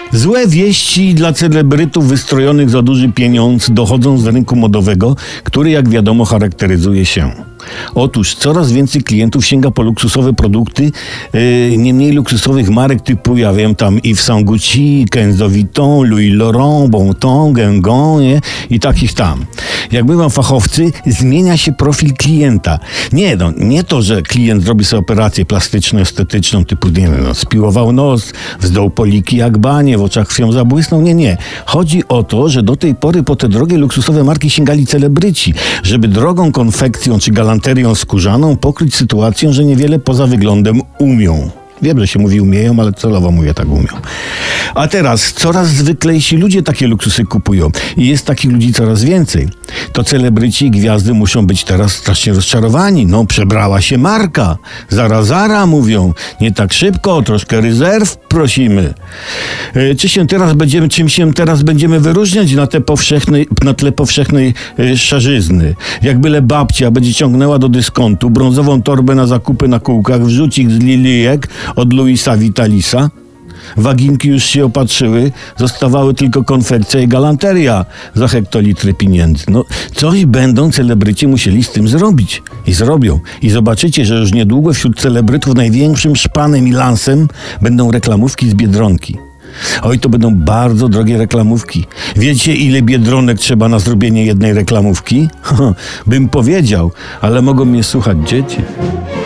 Złe wieści dla celebrytów wystrojonych za duży pieniądz dochodzą z rynku modowego, który, jak wiadomo, charakteryzuje się. Otóż coraz więcej klientów sięga po luksusowe produkty, nie mniej luksusowych marek typu, ja wiem, tam Yves Saint Gucci, Kenzo Vuitton, Louis Laurent, Bonton, Guingamp, nie? I takich tam. Jak mówią fachowcy, zmienia się profil klienta. Nie to, że klient zrobi sobie operację plastyczną, estetyczną, typu, nie wiem, spiłował nos, wzdął poliki jak banie, w oczach krwią zabłysnął. Nie. Chodzi o to, że do tej pory po te drogie, luksusowe marki sięgali celebryci, żeby drogą konfekcją czy galanterią skórzaną pokryć sytuację, że niewiele poza wyglądem umią. Wiem, że się mówi umieją, ale celowo mówię tak umią. A teraz coraz zwyklejsi ludzie takie luksusy kupują i jest takich ludzi coraz więcej. To celebryci i gwiazdy muszą być teraz strasznie rozczarowani. No, przebrała się marka. Zara, mówią. Nie tak szybko, troszkę rezerw prosimy. Czym się teraz będziemy wyróżniać na tle powszechnej szarzyzny? Jak byle babcia będzie ciągnęła do dyskontu brązową torbę na zakupy na kółkach, wrzucik z lilijek od Louisa Vitalisa. Waginki już się opatrzyły, zostawały tylko konfekcja i galanteria za hektolitry pieniędzy. No, coś będą celebryci musieli z tym zrobić. I zrobią. I zobaczycie, że już niedługo wśród celebrytów największym szpanem i lansem będą reklamówki z Biedronki. Oj, to będą bardzo drogie reklamówki. Wiecie, ile biedronek trzeba na zrobienie jednej reklamówki? Bym powiedział, ale mogą mnie słuchać dzieci.